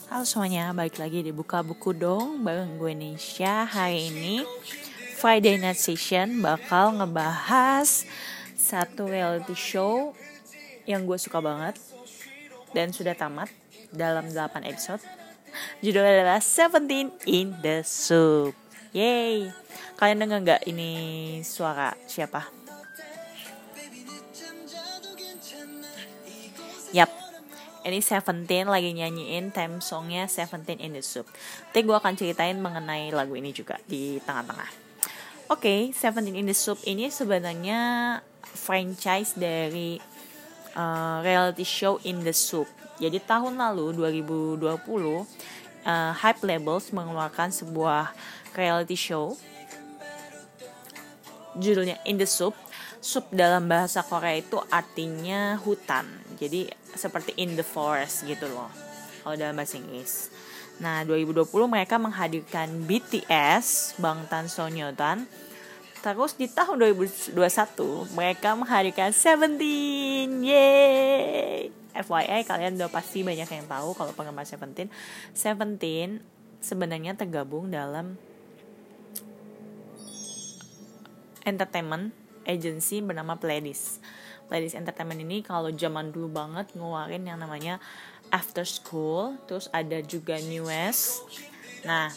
Halo semuanya, balik lagi di Buka Buku Dong bareng gue Nisha. Hari ini Friday Night Session bakal ngebahas satu reality show yang gue suka banget dan sudah tamat dalam 8 episode. Judulnya adalah 17 in the Soup. Yeay. Kalian denger gak ini suara siapa? Yap, ini Seventeen lagi nyanyiin theme songnya 17 in the Soup. Nanti gue akan ceritain mengenai lagu ini juga di tengah-tengah. Oke, 17 in the Soup ini sebenarnya franchise dari reality show In the Soup. Jadi tahun lalu 2020 Hype Labels mengeluarkan sebuah reality show judulnya In the Soup. Soup dalam bahasa Korea itu artinya hutan. Jadi seperti in the forest gitu loh kalau dalam bahasa Inggris. Nah 2020 mereka menghadirkan BTS, Bangtan Sonyeon. Terus di tahun 2021 mereka menghadirkan Seventeen. Yeay. FYI kalian udah pasti banyak yang tahu kalau penggemar Seventeen. Seventeen sebenarnya tergabung dalam entertainment agency bernama Pledis. Pledis Entertainment ini kalau zaman dulu banget ngeluarin yang namanya After School, terus ada juga New West. Nah,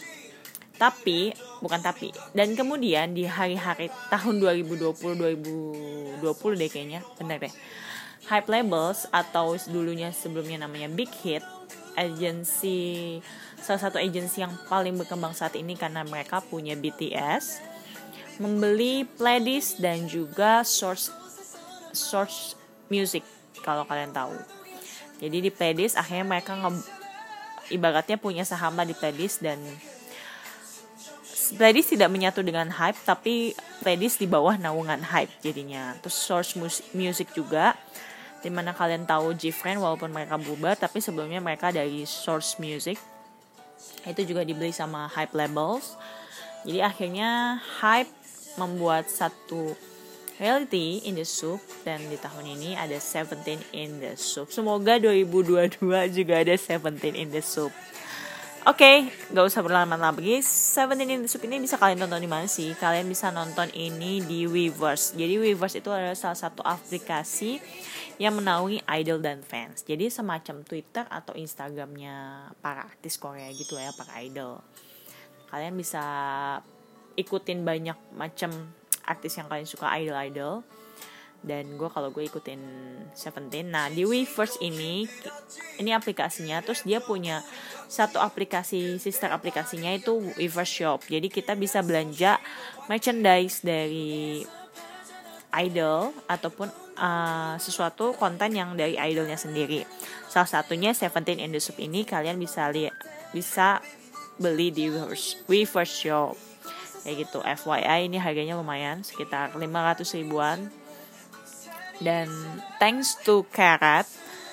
dan kemudian di hari-hari tahun 2020 deh kayaknya, benar deh. Hype Labels atau dulunya sebelumnya namanya Big Hit, agensi salah satu agensi yang paling berkembang saat ini karena mereka punya BTS, membeli Pledis dan juga Source Music kalau kalian tahu. Jadi di Pledis akhirnya mereka ibaratnya punya saham lah di Pledis, dan Pledis tidak menyatu dengan Hype, tapi Pledis di bawah naungan Hype jadinya. Terus Source Music juga, dimana kalian tahu G-Friend walaupun mereka berubah, tapi sebelumnya mereka dari Source Music. Itu juga dibeli sama Hype Labels. Jadi akhirnya Hype membuat satu reality In the Soup, dan di tahun ini ada 17 in the Soup. Semoga 2022 juga ada 17 in the Soup. Oke, gak usah berlama-lama lagi. 17 in the Soup ini bisa kalian tonton di mana sih? Kalian bisa nonton ini di Weverse. Jadi Weverse itu adalah salah satu aplikasi yang menaungi idol dan fans. Jadi semacam Twitter atau Instagramnya para artis Korea gitu ya, para idol. Kalian bisa ikutin banyak macam artis yang kalian suka, idol. Dan kalau gue ikutin Seventeen. Nah di Weverse ini aplikasinya. Terus dia punya satu aplikasi, sister aplikasinya itu Weverse Shop. Jadi kita bisa belanja merchandise dari idol ataupun sesuatu konten yang dari idolnya sendiri. Salah satunya 17 in the Soup ini kalian bisa beli di Weverse Shop. Kayak gitu. FYI ini harganya lumayan, sekitar 500 ribuan. Dan thanks to Karat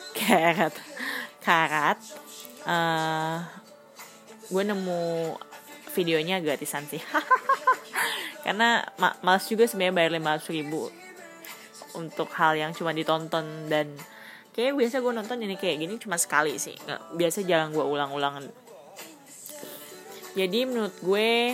gue nemu videonya gratisan sih. Karena malas juga sebenarnya bayar 500 ribu untuk hal yang cuma ditonton, dan kayak biasa gue nonton ini kayak gini cuma sekali sih. Biasa jarang gue ulang-ulangan. Jadi menurut gue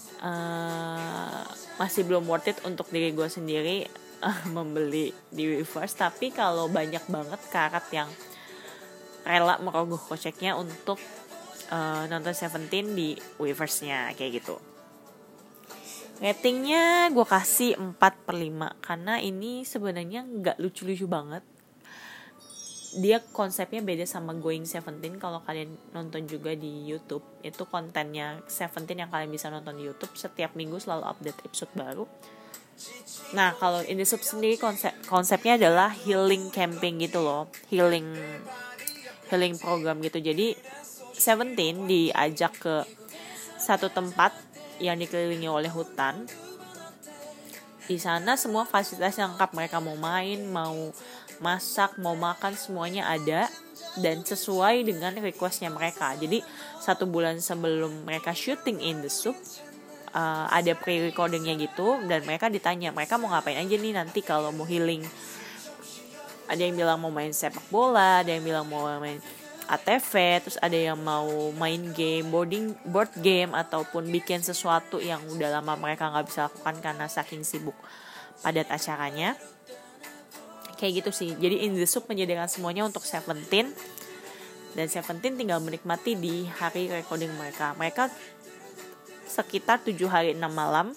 masih belum worth it untuk diri gue sendiri membeli di Weverse. Tapi kalau banyak banget Karat yang rela merogoh koceknya untuk nonton Seventeen di Weverse-nya kayak gitu. Ratingnya gue kasih 4/5 karena ini sebenarnya gak lucu-lucu banget. Dia konsepnya beda sama Going Seventeen. Kalau kalian nonton juga di YouTube, itu kontennya Seventeen yang kalian bisa nonton di YouTube. Setiap minggu selalu update episode baru. Nah kalau In the Soup sendiri konsepnya adalah healing camping gitu loh, healing program gitu. Jadi Seventeen diajak ke satu tempat yang dikelilingi oleh hutan. Di sana semua fasilitas lengkap, mereka mau main, mau masak, mau makan, semuanya ada dan sesuai dengan requestnya mereka. Jadi 1 bulan sebelum mereka syuting In the Soup ada pre-recordingnya gitu, dan mereka ditanya mereka mau ngapain aja nih nanti kalau mau healing. Ada yang bilang mau main sepak bola, ada yang bilang mau main ATV, terus ada yang mau main game, board game, ataupun bikin sesuatu yang udah lama mereka nggak bisa lakukan karena saking sibuk padat acaranya. Kayak gitu sih. Jadi In The Soup menyediakan semuanya untuk Seventeen, dan Seventeen tinggal menikmati di hari recording mereka. Mereka sekitar 7 hari 6 malam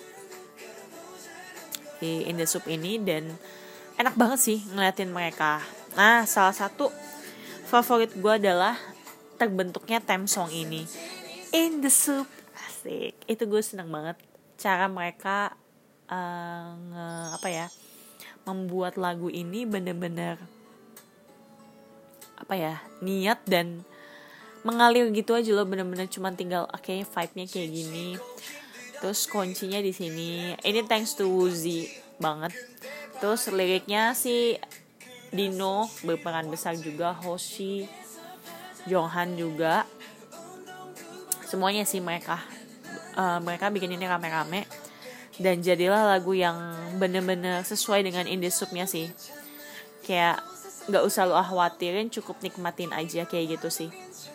di In The Soup ini, dan enak banget sih ngeliatin mereka. Nah, salah satu favorit gue adalah terbentuknya theme song ini, In The Soup. Asik. Itu gue seneng banget cara mereka membuat lagu ini bener-bener niat dan mengalir gitu aja loh, bener-bener cuma tinggal vibe-nya kayak gini. Terus kuncinya di sini. Ini thanks to Woozi banget. Terus liriknya sih Dino berperan besar juga, Hoshi, Jonghan juga. Semuanya sih mereka bikin ini rame-rame, dan jadilah lagu yang bener-bener sesuai dengan In The Soup-nya sih. Kayak gak usah lo khawatirin, cukup nikmatin aja kayak gitu sih.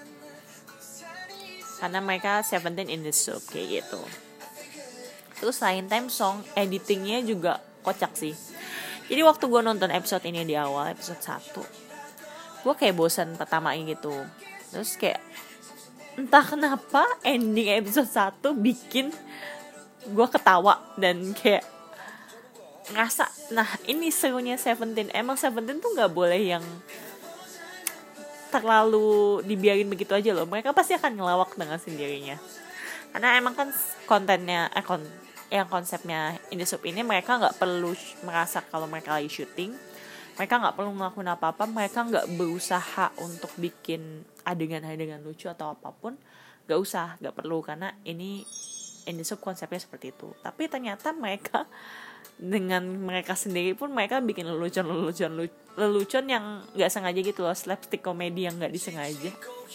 Karena mereka Seventeen In The Soup kayak gitu. Terus selain theme song, editingnya juga kocak sih. Jadi waktu gue nonton episode ini di awal, episode 1, gue kayak bosan pertama gitu. Terus kayak entah kenapa ending episode 1 bikin gue ketawa dan kayak ngerasa, nah ini serunya Seventeen. Emang Seventeen tuh gak boleh yang terlalu dibiarin begitu aja loh. Mereka pasti akan ngelawak dengan sendirinya. Karena emang kan kontennya yang konsepnya In The Soup ini, mereka gak perlu merasa kalau mereka lagi syuting, mereka gak perlu ngelakuin apa-apa, mereka gak berusaha untuk bikin adegan-adegan lucu atau apapun, gak perlu, karena ini In The Soup konsepnya seperti itu. Tapi ternyata mereka dengan mereka sendiri pun mereka bikin lelucon yang gak sengaja gitu loh, slapstick komedi yang gak disengaja.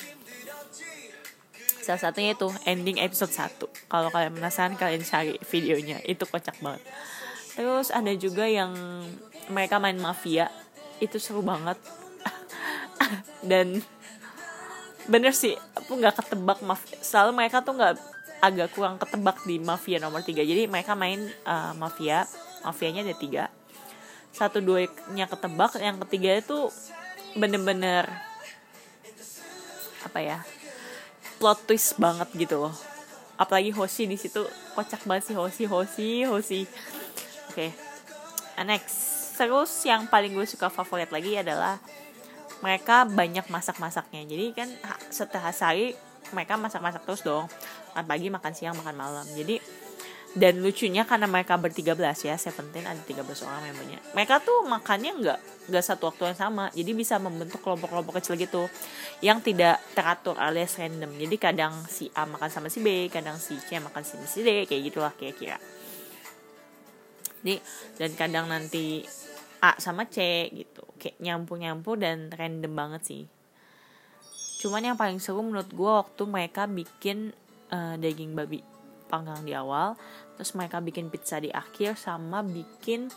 Salah satunya itu ending episode 1. Kalau kalian penasaran, kalian cari videonya, itu kocak banget. Terus ada juga yang mereka main mafia, itu seru banget. Dan bener sih, aku gak ketebak selalu mereka tuh agak kurang ketebak di mafia nomor 3. Jadi mereka main mafianya ada 3. 1-2-nya ketebak, yang ketiga itu bener-bener plot twist banget gitu loh. Apalagi Hoshi di situ kocak banget sih, Hoshi. Oke. Next. Terus yang paling gue suka favorit lagi adalah mereka banyak masak-masaknya. Jadi kan setelah sehari mereka masak-masak terus dong. Makan pagi, makan siang, makan malam. Jadi, dan lucunya karena mereka ber-13 ya, Seventeen ada 13 orang membernya. Mereka tuh makannya enggak satu waktu yang sama. Jadi bisa membentuk kelompok-kelompok kecil gitu yang tidak teratur alias random. Jadi kadang si A makan sama si B, kadang si C makan sama si D, kayak gitulah kira-kira. Jadi, dan kadang nanti A sama C gitu. Kayak nyampur-nyampur dan random banget sih. Cuman yang paling seru menurut gue waktu mereka bikin daging babi panggang di awal, terus mereka bikin pizza di akhir, sama bikin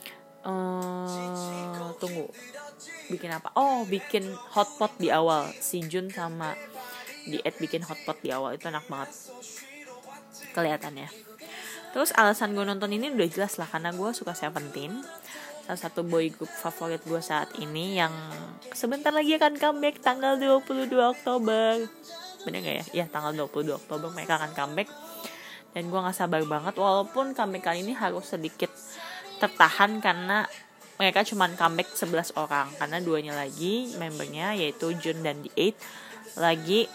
bikin apa? Bikin hotpot di awal. Si Jun sama Diet bikin hotpot di awal, itu enak banget kelihatannya. Terus alasan gue nonton ini udah jelas lah, karena gue suka Seventeen, salah satu boy group favorit gue saat ini, yang sebentar lagi akan comeback tanggal 22 Oktober. Bener gak ya? Ya, tanggal 22 Oktober mereka akan comeback. Dan gue gak sabar banget, walaupun comeback kali ini harus sedikit tertahan karena mereka cuma comeback 11 orang. Karena 2-nya lagi membernya, yaitu Jun dan The8, lagi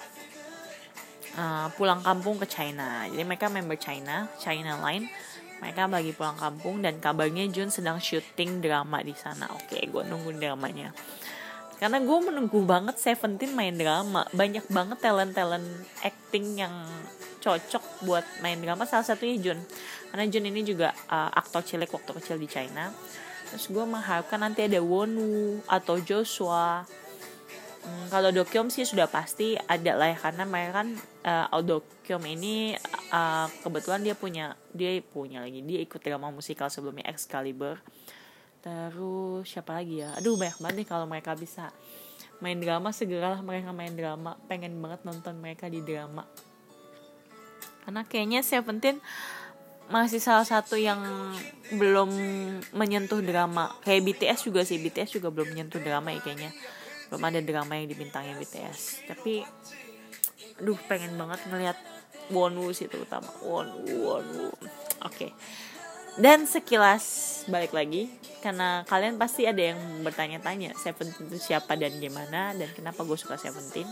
pulang kampung ke China. Jadi mereka member China Line. Mereka lagi pulang kampung, dan kabarnya Jun sedang syuting drama di sana. Oke, gue nunggu dramanya. Karena gue menunggu banget Seventeen main drama. Banyak banget talent acting yang cocok buat main drama, salah satunya Jun. Karena Jun ini juga aktor cilik waktu kecil di China. Terus gue mengharapkan nanti ada Wonwoo atau Joshua. Kalau Dokyom sih sudah pasti ada lah ya, karena mereka kan Dokyom ini kebetulan dia ikut drama musikal sebelumnya, Excalibur. Terus siapa lagi ya? Aduh, banyak banget nih kalau mereka bisa main drama, segeralah mereka main drama. Pengen banget nonton mereka di drama. Karena kayaknya Seventeen masih salah satu yang belum menyentuh drama. Kayak BTS juga sih, BTS juga belum menyentuh drama ya kayaknya. Belum ada drama yang dibintangi BTS. Tapi pengen banget ngelihat Wonwoo sih, terutama Wonwoo. Oke. Dan sekilas balik lagi, karena kalian pasti ada yang bertanya-tanya Seventeen itu siapa dan gimana, dan kenapa gue suka Seventeen.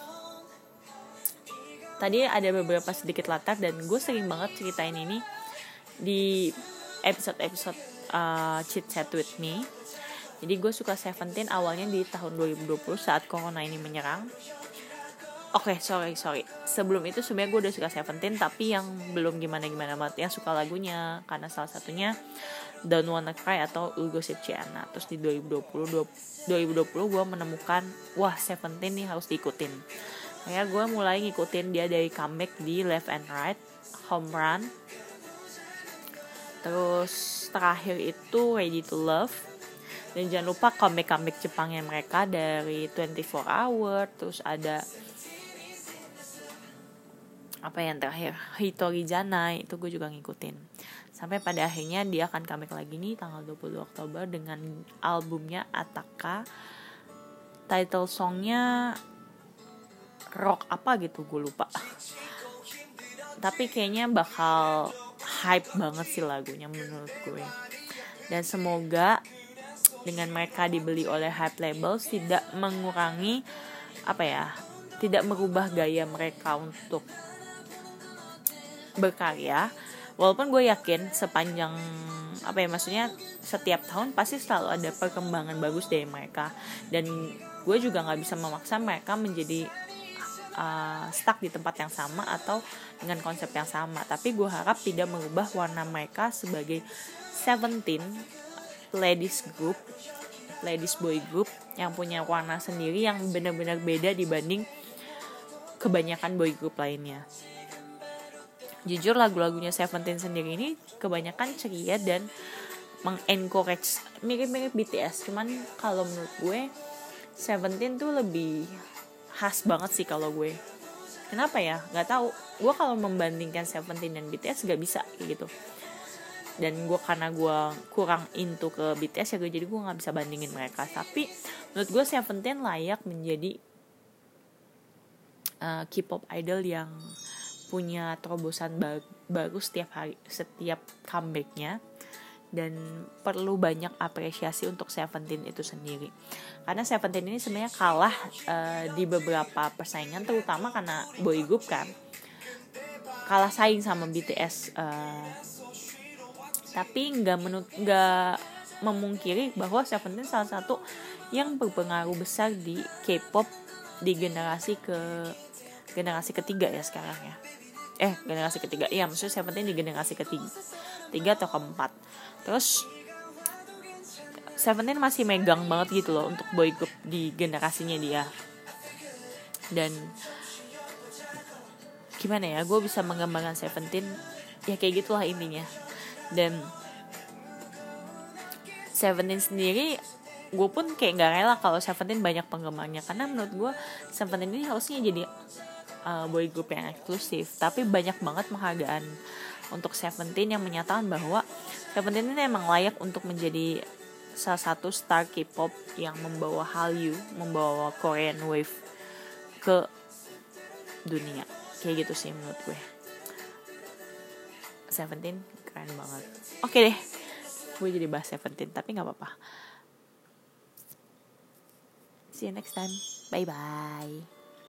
Tadi ada beberapa sedikit latar, dan gue sering banget ceritain ini di episode-episode Chit Chat With Me. Jadi gue suka Seventeen awalnya di tahun 2020 saat corona ini menyerang. Oke, sorry. Sebelum itu sebenarnya gue udah suka Seventeen, tapi yang belum gimana-gimana banget. Yang suka lagunya, karena salah satunya Don't Wanna Cry atau Ulgo Sepciana. Terus di 2020 gue menemukan, wah Seventeen nih harus diikutin. Kayak gue mulai ngikutin dia dari comeback di Left and Right, Home Run. Terus terakhir itu Ready to Love. Dan jangan lupa comeback Jepangnya mereka dari 24 Hour. Terus ada apa yang terakhir, Hitori Janai, itu gue juga ngikutin. Sampai pada akhirnya dia akan comeback lagi nih tanggal 20 Oktober dengan albumnya Ataka. Title songnya rock apa gitu, gue lupa. Tapi kayaknya bakal hype banget sih lagunya menurut gue. Dan semoga dengan mereka dibeli oleh hype labels tidak mengurangi tidak merubah gaya mereka untuk berkarya. Walaupun gue yakin sepanjang maksudnya setiap tahun pasti selalu ada perkembangan bagus dari mereka, dan gue juga nggak bisa memaksa mereka menjadi stuck di tempat yang sama atau dengan konsep yang sama. Tapi gue harap tidak mengubah warna mereka sebagai Seventeen ladies boy group yang punya warna sendiri yang benar-benar beda dibanding kebanyakan boy group lainnya. Jujur lagu-lagunya Seventeen sendiri ini kebanyakan ceria dan mengencourage, mirip-mirip BTS. Cuman kalau menurut gue Seventeen tuh lebih khas banget sih kalau gue. Kenapa ya? Gak tahu. Gue kalau membandingkan Seventeen dan BTS gak bisa kayak gitu. Dan gue karena gue kurang into ke BTS ya, jadi gue gak bisa bandingin mereka. Tapi menurut gue Seventeen layak menjadi K-pop idol yang punya terobosan baru setiap comebacknya, dan perlu banyak apresiasi untuk Seventeen itu sendiri. Karena Seventeen ini sebenarnya kalah di beberapa persaingan, terutama karena boy group kan, kalah saing sama BTS. Tapi nggak memungkiri bahwa Seventeen salah satu yang berpengaruh besar di K-pop di generasi ketiga ya sekarang ya. Generasi ketiga. Iya, maksudnya Seventeen di generasi ketiga atau keempat. Terus Seventeen masih megang banget gitu loh untuk boy group di generasinya dia. Dan gimana ya, gue bisa mengembangkan Seventeen ya kayak gitulah intinya. Dan Seventeen sendiri, gue pun kayak gak rela kalau Seventeen banyak penggemarnya, karena menurut gue Seventeen ini harusnya jadi boy group yang eksklusif. Tapi banyak banget penghargaan untuk Seventeen yang menyatakan bahwa Seventeen ini emang layak untuk menjadi salah satu star K-pop yang membawa Hallyu, membawa Korean Wave ke dunia. Kayak gitu sih menurut gue. Seventeen keren banget. Oke deh, gue jadi bahas Seventeen, tapi gak apa-apa. See you next time. Bye-bye.